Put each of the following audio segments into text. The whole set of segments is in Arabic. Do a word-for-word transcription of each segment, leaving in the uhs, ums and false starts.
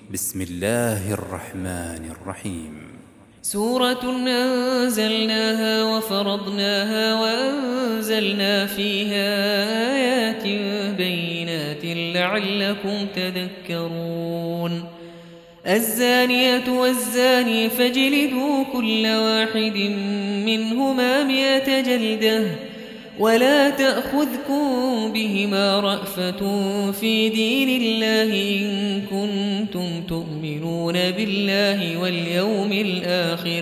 بسم الله الرحمن الرحيم. سورة أنزلناها وفرضناها وأنزلنا فيها آيات بينات لعلكم تذكرون. الزانية والزاني فاجلدوا كل واحد منهما مئة جلدة ولا تأخذكم بهما رأفة في دين الله إن كنتم تؤمنون بالله واليوم الآخر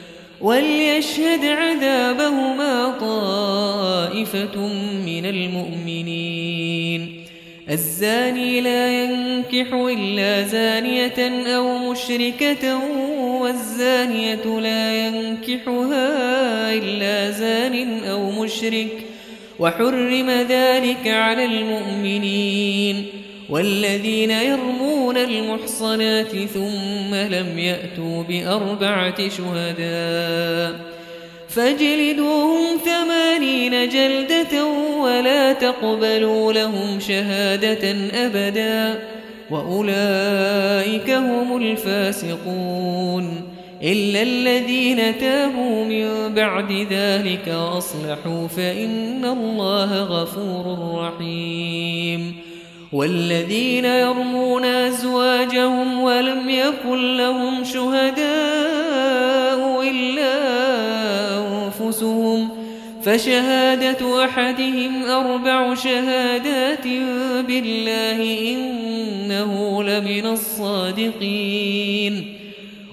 وليشهد عذابهما طائفة من المؤمنين. الزاني لا ينكح إلا زانية أو مشركة والزانية لا ينكحها إلا زان أو مشرك وحرم ذلك على المؤمنين. والذين يرمون المحصنات ثم لم يأتوا بأربعة شهداء فاجلدوهم ثمانين جلدة ولا تقبلوا لهم شهادة أبدا وأولئك هم الفاسقون إلا الذين تابوا من بعد ذلك وأصلحوا فإن الله غفور رحيم. والذين يرمون أزواجهم ولم يكن لهم شهداء إلا أنفسهم فشهادة أحدهم أربع شهادات بالله إنه لمن الصادقين.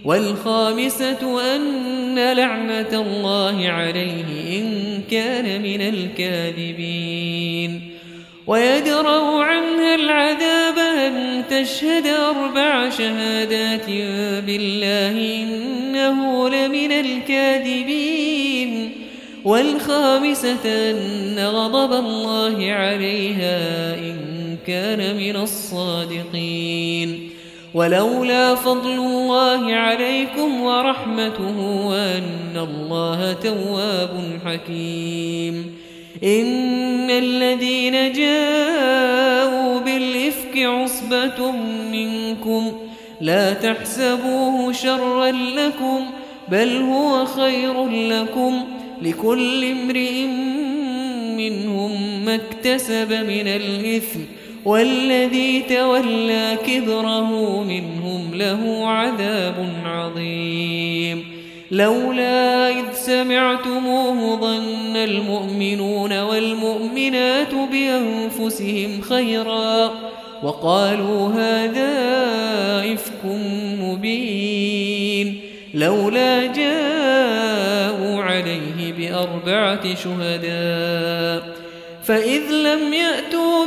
والخامسة أن لعنة الله عليه إن كان من الكاذبين. ويدرأ عنها العذاب أن تشهد أربع شهادات بالله إنه لمن الكاذبين. والخامسة أن غضب الله عليها إن كان من الصادقين. ولولا فضل الله عليكم ورحمته وأن الله تواب حكيم. إن الذين جاءوا بالإفك عصبة منكم لا تحسبوه شرا لكم بل هو خير لكم لكل امرئ منهم ما اكتسب من الإثم والذي تولى كبره منهم له عذاب عظيم. لولا إذ سمعتموه ظن المؤمنون والمؤمنات بأنفسهم خيرا وقالوا هذا إفك مبين. لولا جاءوا عليه بأربعة شهداء فإذ لم يأتوا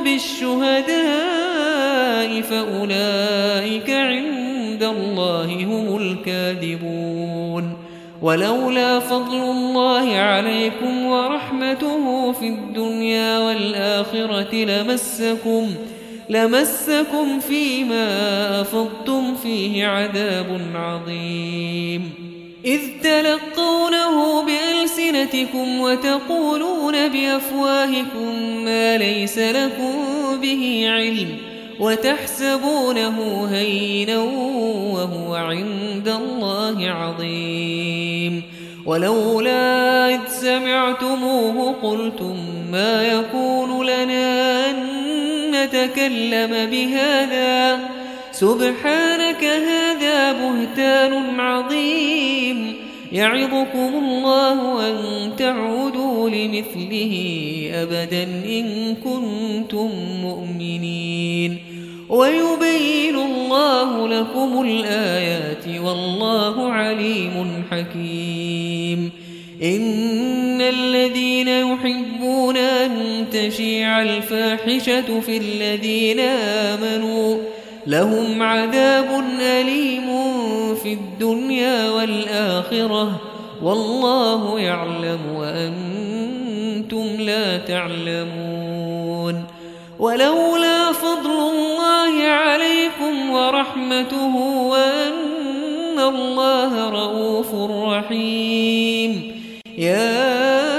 بالشهداء فأولئك عند الله هم الكاذبون. ولولا فضل الله عليكم ورحمته في الدنيا والآخرة لمسكم لمسكم فيما أفضتم فيه عذاب عظيم. إذ تلقونه بألسنتكم وتقولون بأفواهكم ما ليس لكم به علم وتحسبونه هينا وهو عند الله عظيم. ولولا إذ سمعتموه قلتم ما يكون لنا أن نتكلم بهذا سبحانك هذا بهتان عظيم. يعظكم الله أن تعودوا لمثله أبدا إن كنتم مؤمنين. ويبين الله لكم الآيات والله عليم حكيم. إن الذين يحبون أن تشيع الفاحشة في الذين آمنوا لهم عذاب أليم في الدنيا والآخرة والله يعلم وأنتم لا تعلمون. ولولا فضل الله عليكم ورحمته وأن الله رؤوف رحيم. يا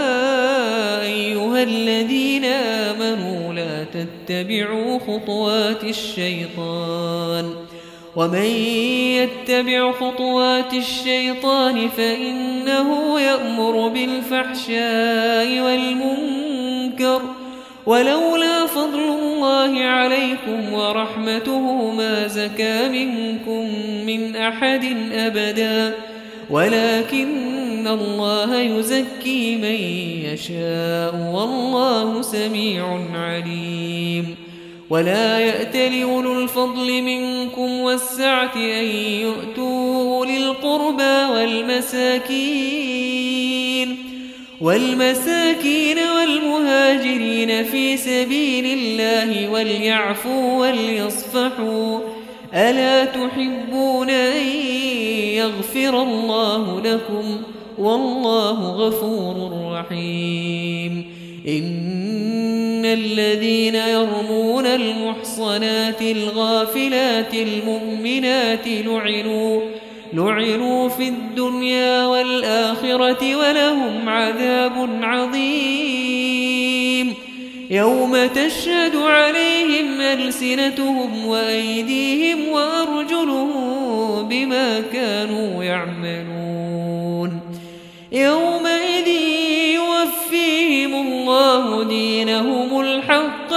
أيها الذين آمنوا لا تتبعوا خطوات الشيطان ومن يتبع خطوات الشيطان فإنه يأمر بالفحشاء والمنكر ولولا فضل الله عليكم ورحمته ما زكى منكم من أحد أبدا ولكن الله يزكي من يشاء والله سميع عليم ولا يأتل أولو الفضل منكم والسعة أن يؤتوا أولي القربى والمساكين والمساكين والمهاجرين في سبيل الله وليعفوا وليصفحوا ألا تحبون أن يغفر الله لكم والله غفور رحيم إن الذين يرمون المحصنات الغافلات المؤمنات لعنوا لعنوا في الدنيا والآخرة ولهم عذاب عظيم يوم تشهد عليهم ألسنتهم وأيديهم وأرجلهم بما كانوا يعملون يومئذ يوفيهم الله دينهم الحق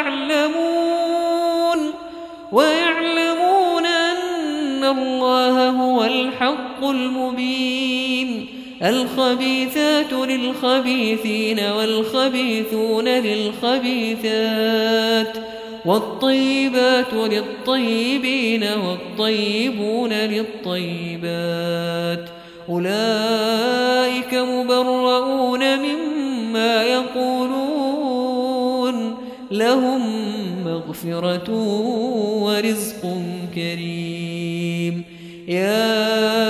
ويعلمون ويعلمون أن الله هو الحق المبين الخبيثات للخبيثين والخبيثون للخبيثات والطيبات للطيبين والطيبون للطيبات أولئك مبرؤون مما يقولون لهم مغفرة ورزق كريم يا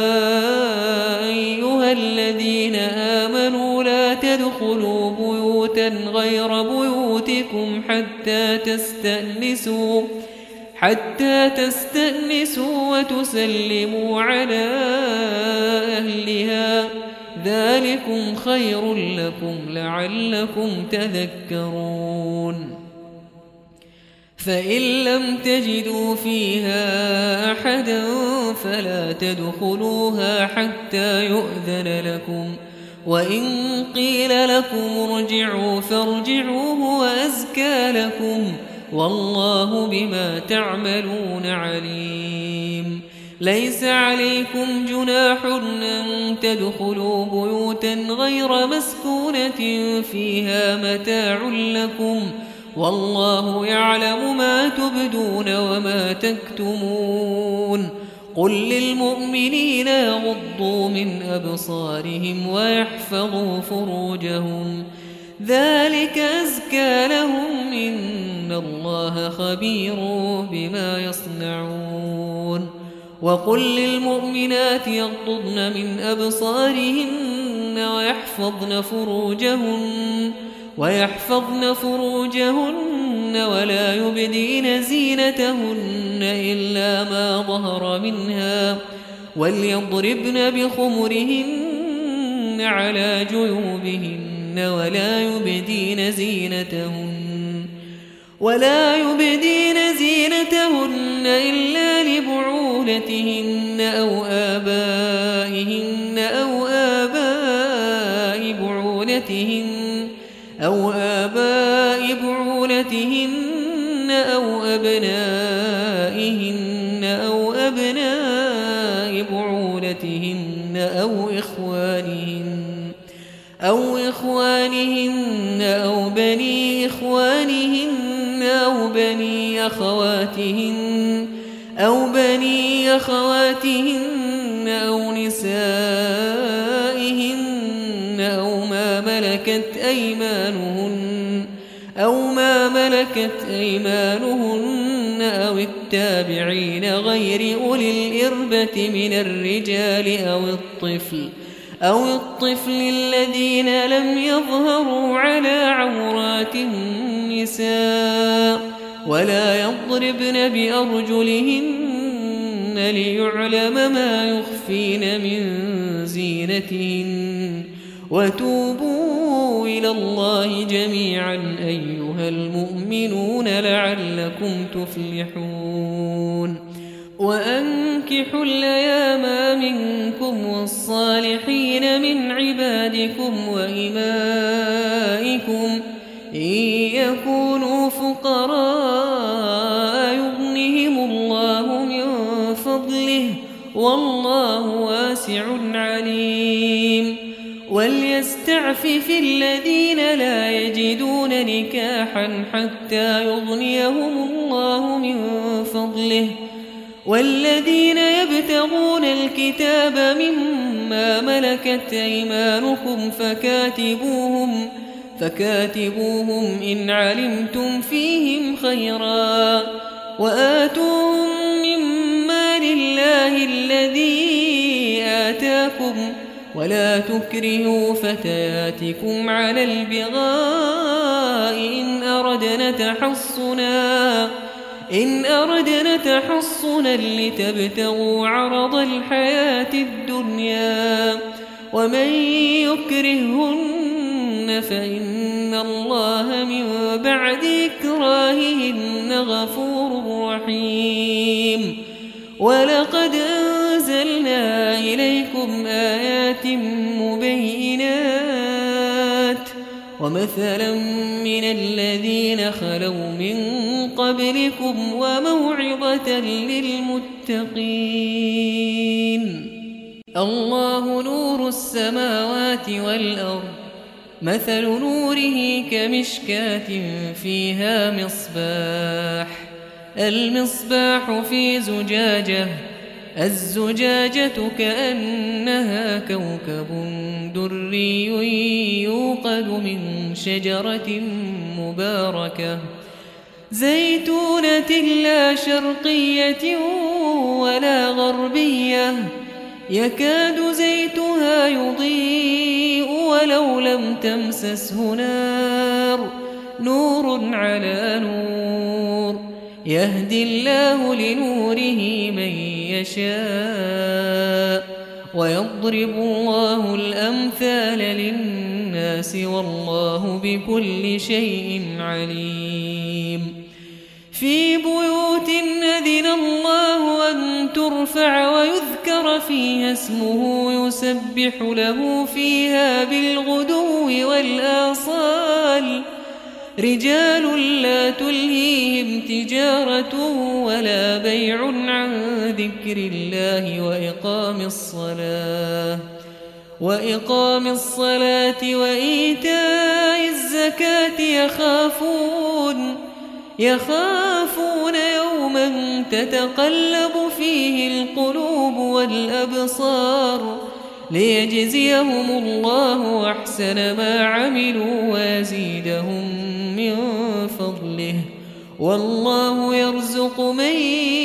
أيها الذين آمنوا لا تدخلوا بيوتا غير بيوتكم حتى تستأنسوا حتى تستأنسوا وتسلموا على أهلها ذلكم خير لكم لعلكم تذكرون فإن لم تجدوا فيها أحدا فلا تدخلوها حتى يؤذن لكم وإن قيل لكم ارجعوا فارجعوا هو أزكى لكم والله بما تعملون عليم ليس عليكم جناح أن تدخلوا بيوتا غير مسكونة فيها متاع لكم والله يعلم ما تبدون وما تكتمون قل للمؤمنين يغضوا من أبصارهم ويحفظوا فروجهم ذلك أزكى لهم إن الله خبير بما يصنعون وقل للمؤمنات يغضضن من أبصارهن ويحفظن فروجهن ويحفظن فروجهن ولا يبدين زينتهن إلا ما ظهر منها وليضربن بخمرهن على جيوبهن ولا يبدين زينتهن ولا يبدين زينتهن إلا لبعولتهن أو آبائهن أو آباء بعولتهن أو آباء بعولتهن أو أبنائهن أو أبناء بعولتهن أو إخوانهن أو إخوانهن أو بني إخوانهن أو بني أخواتهن أو بني أخواتهن أو نسائهن أو ما ملكت أيمانهن أو ما ملكت أيمانهن أو التابعين غير أولي الإربة من الرجال أو الطفل أو الطفل الذين لم يظهروا على عورات النساء ولا يضربن بأرجلهن ليعلم ما يخفين من زينتهن وتوبوا إلى الله جميعا أيها المؤمنون لعلكم تفلحون وأنكحوا الأيام منكم والصالحين من عبادكم وإمائكم إن يكونوا فقراء يغنهم الله من فضله والله واسع عليم وليستعفف الذين لا يجدون نكاحا حتى يغنيهم الله من فضله والذين يبتغون الكتاب مما ملكت أيمانكم فكاتبوهم فكاتبوهم إن علمتم فيهم خيرا وآتوهم مما لله الذي آتاكم ولا تكرهوا فتياتكم على البغاء إن أردنا تحصنا إن أردنا تحصنا لتبتغوا عرض الحياة الدنيا ومن يكرهن فإن الله من بعد إكراههن غفور رحيم ولقد أنزلنا إليكم آيات مبينات ومثلا من الذين خلوا من قبلكم وموعظة للمتقين الله نور السماوات والأرض مثل نوره كمشكاة فيها مصباح المصباح في زجاجة الزجاجة كأنها كوكب دري يوقد من شجرة مباركة زيتونة لا شرقية ولا غربية يكاد زيتها يضيء ولو لم تمسسه نار نور على نور يهدي الله لنوره من يشاء ويضرب الله الأمثال للناس والله بكل شيء عليم في بيوت أذن الله أن ترفع ويذكر فيها اسمه يسبح له فيها بالغدو والآصال رجال لا تلهيهم تجارة ولا بيع عن ذكر الله وإقام الصلاة وإقام الصلاة وإيتاء الزكاة يخافون يخافون يوما تتقلب فيه القلوب والأبصار ليجزيهم الله أحسن ما عملوا ويزيدهم من فضله والله يرزق من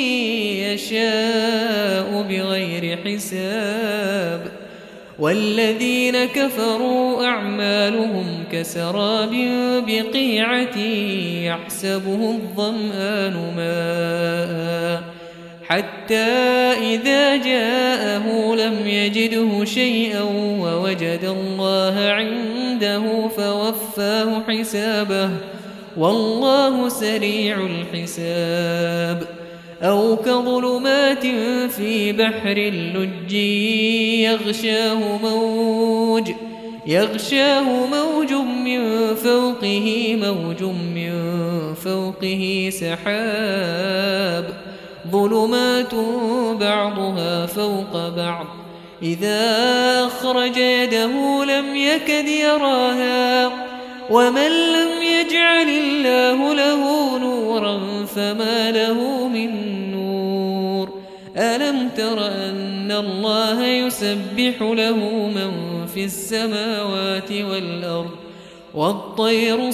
يشاء بغير حساب والذين كفروا أعمالهم كسراب بقيعة يحسبه الظمآن ماء حتى إذا جاءه لم يجده شيئا ووجد الله عنده فوفاه حسابه والله سريع الحساب أو كظلمات في بحر اللج يغشاه موج يغشاه موج من فوقه موج من فوقه سحاب ظلمات بعضها فوق بعض إذا أخرج يده لم يكد يراها ومن لم يجعل الله له نورا فما له من نور ألم تر أن الله يسبح له من في السماوات والأرض والطير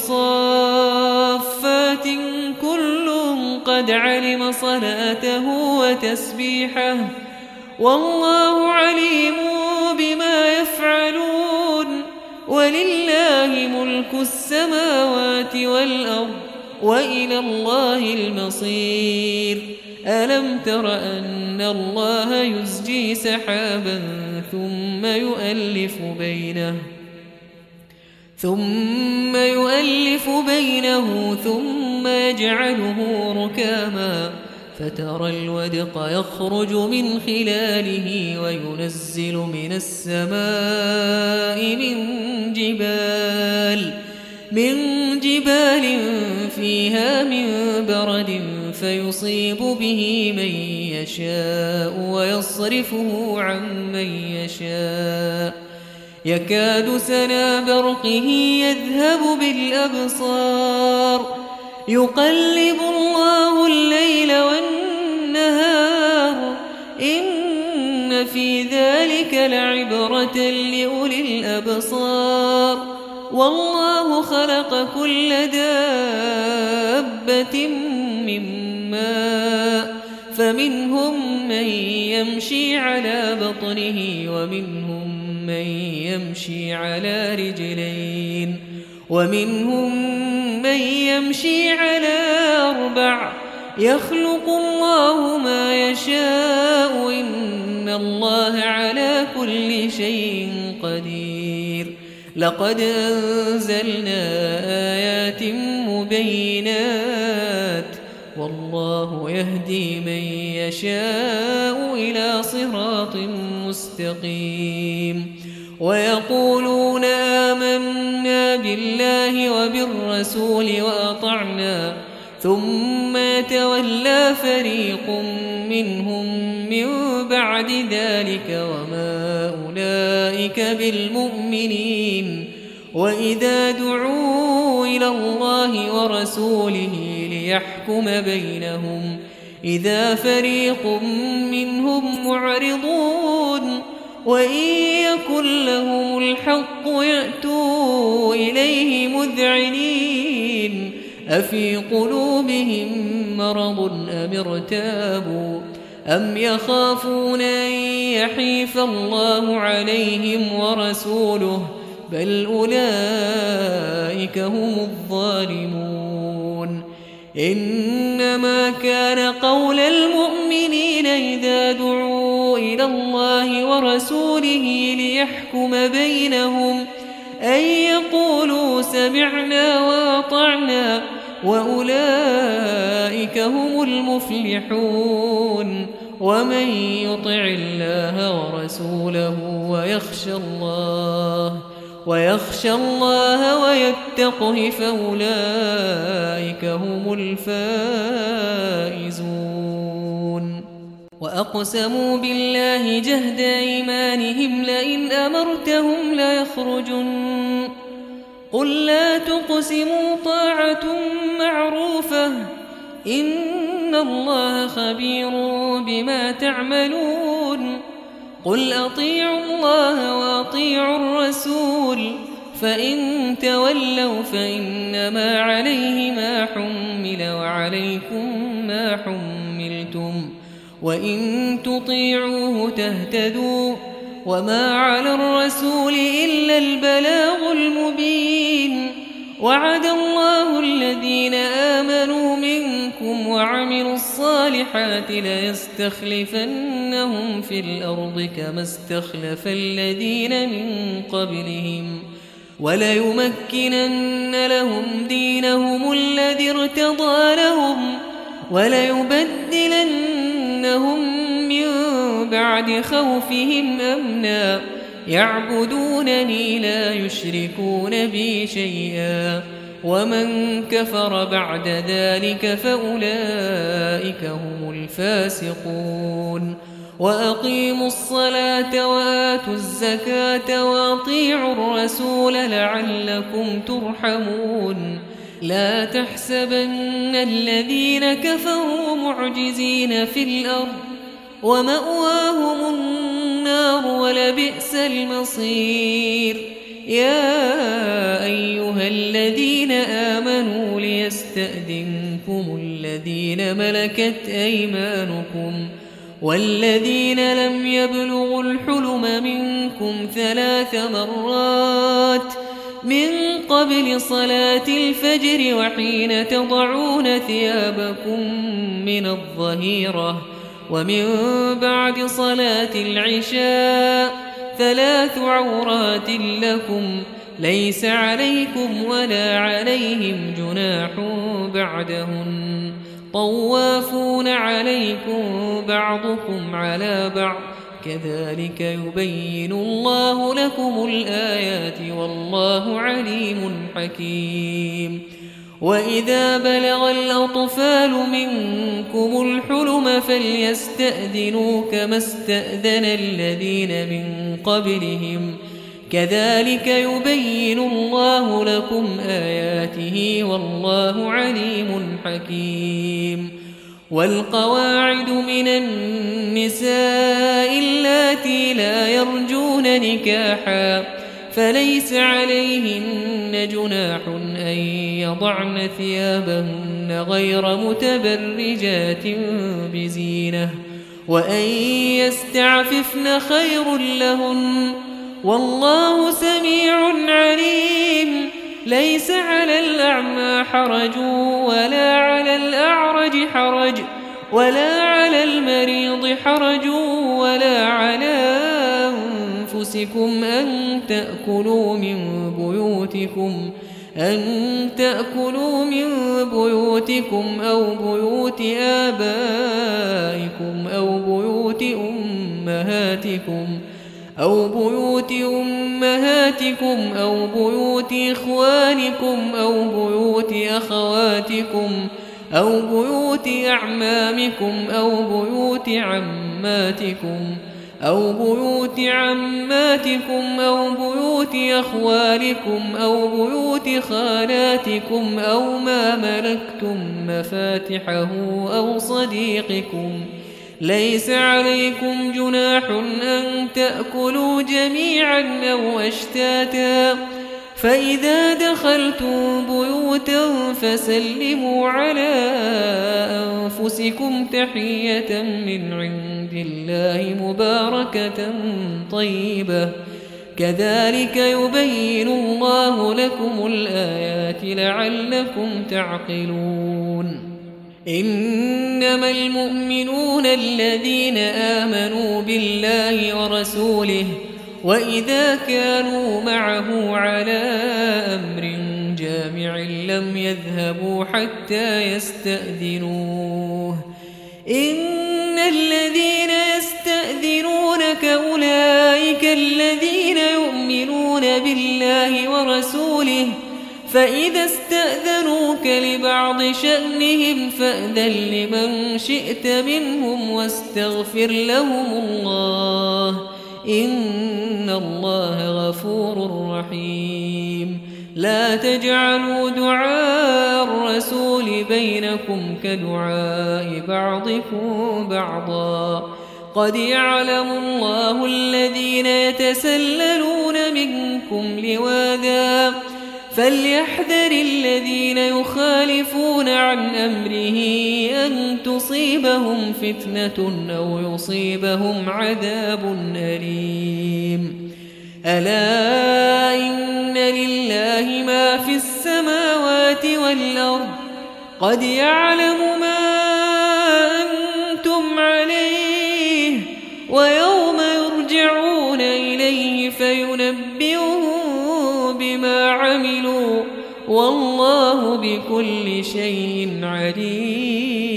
صافات كل قد علم صلاته وتسبيحه والله عليم بما يفعلون ولله ملك السماوات والأرض وإلى الله المصير ألم تر أن الله يزجي سحابا ثم يؤلف بينه ثم يؤلف بينه ثم يجعله ركاما فترى الودق يخرج من خلاله وينزل من السماء من جبال من جبال فيها من برد فيصيب به من يشاء ويصرفه عن من يشاء يكاد سنا برقه يذهب بالأبصار يقلب الله الليل والنهار إن في ذلك لعبرة لأولي الأبصار والله خلق كل دابة من ماء فمنهم من يمشي على بطنه ومنهم من يمشي على رجلين ومنهم من يمشي على أربع يخلق الله ما يشاء إن الله على كل شيء قدير لقد أنزلنا آيات مبينات والله يهدي من يشاء إلى صراط مستقيم ويقولون آمنا بالله وبالرسول وأطعنا ثم يتولى فريق منهم من بعد ذلك وما أولئك بالمؤمنين وإذا دعوا إلى الله ورسوله ليحكم بينهم إذا فريق منهم معرضون وإن يكن لهم الحق يأتوا إليه مذعنين أفي قلوبهم مرض أم ارتابوا أم يخافون أن يحيف الله عليهم ورسوله بل أولئك هم الظالمون إنما كان قول المؤمنين إذا دعوا إلى الله ورسوله ليحكم بينهم أن يقولوا سمعنا وأطعنا وأولئك هم المفلحون ومن يطع الله ورسوله ويخشى الله ويخشى الله ويتقه فأولئك هم الفائزون وأقسموا بالله جهد أيمانهم لئن أمرتهم ليخرجن قل لا تقسموا طاعة معروفة إن الله خبير بما تعملون قل أطيعوا الله وأطيعوا الرسول فإن تولوا فإنما عليه ما حمل وعليكم ما حملتم وإن تطيعوه تهتدوا وما على الرسول إلا البلاغ المبين وعد الله الذين آمنوا منكم وعملوا الصالحات ليستخلفنهم في الأرض كما استخلف الذين من قبلهم وليمكنن لهم دينهم الذي ارتضى لهم وليبدلنهم من بعد خوفهم أمنا يعبدونني لا يشركون بي شيئا ومن كفر بعد ذلك فأولئك هم الفاسقون وأقيموا الصلاة وآتوا الزكاة وأطيعوا الرسول لعلكم ترحمون لا تحسبن الذين كفروا معجزين في الأرض ومأواهم النار ولبئس المصير يا أيها الذين آمنوا ليستأذنكم الذين ملكت أيمانكم والذين لم يبلغوا الحلم منكم ثلاث مرات من قبل صلاة الفجر وحين تضعون ثيابكم من الظهيرة ومن بعد صلاة العشاء ثلاث عورات لكم ليس عليكم ولا عليهم جناح بعدهن طوافون عليكم بعضكم على بعض كذلك يبين الله لكم الآيات والله عليم حكيم وإذا بلغ الأطفال منكم الحلم فليستأذنوا كما استأذن الذين من قبلهم كذلك يبين الله لكم آياته والله عليم حكيم والقواعد من النساء اللاتي لا يرجون نكاحا فليس عليهن جناح أن يضعن ثيابهن غير متبرجات بزينة وأن يستعففن خير لهن والله سميع عليم ليس على الأعمى حرج ولا على الأعرج حرج ولا على المريض حرج ولا على أنفسكم أن تأكلوا من بيوتكم أن تأكلوا من بيوتكم أو بيوت آبائكم أو بيوت أمهاتكم أو بيوت أمهاتكم أو بيوت إخوانكم أو بيوت أخواتكم أو بيوت أعمامكم أو بيوت عماتكم أو بيوت عماتكم أو بيوت أخوالكم أو بيوت خالاتكم أو ما ملكتم مفاتحه أو صديقكم ليس عليكم جناح أن تأكلوا جميعا أو أشتاتا فإذا دخلتم بيوتا فسلموا على أنفسكم تحية من عند الله مباركة طيبة كذلك يبين الله لكم الآيات لعلكم تعقلون إنما المؤمنون الذين آمنوا بالله ورسوله وإذا كانوا معه على أمر جامع لم يذهبوا حتى يستأذنوه إن الذين يستأذنونك أولئك الذين يؤمنون بالله ورسوله فإذا استأذنوك لبعض شأنهم فأذن لمن شئت منهم واستغفر لهم الله إن الله غفور رحيم لا تجعلوا دعاء الرسول بينكم كدعاء بعضكم بعضا قد يعلم الله الذين يتسللون منكم لواذا فليحذر الذين يخالفون عن أمره أن تصيبهم فتنة أو يصيبهم عذاب أليم ألا إن لله ما في السماوات والأرض قد يعلم ما أنتم عليه ويوم يرجعون إليه فينبئهم بما عملوا والله بكل شيء عليم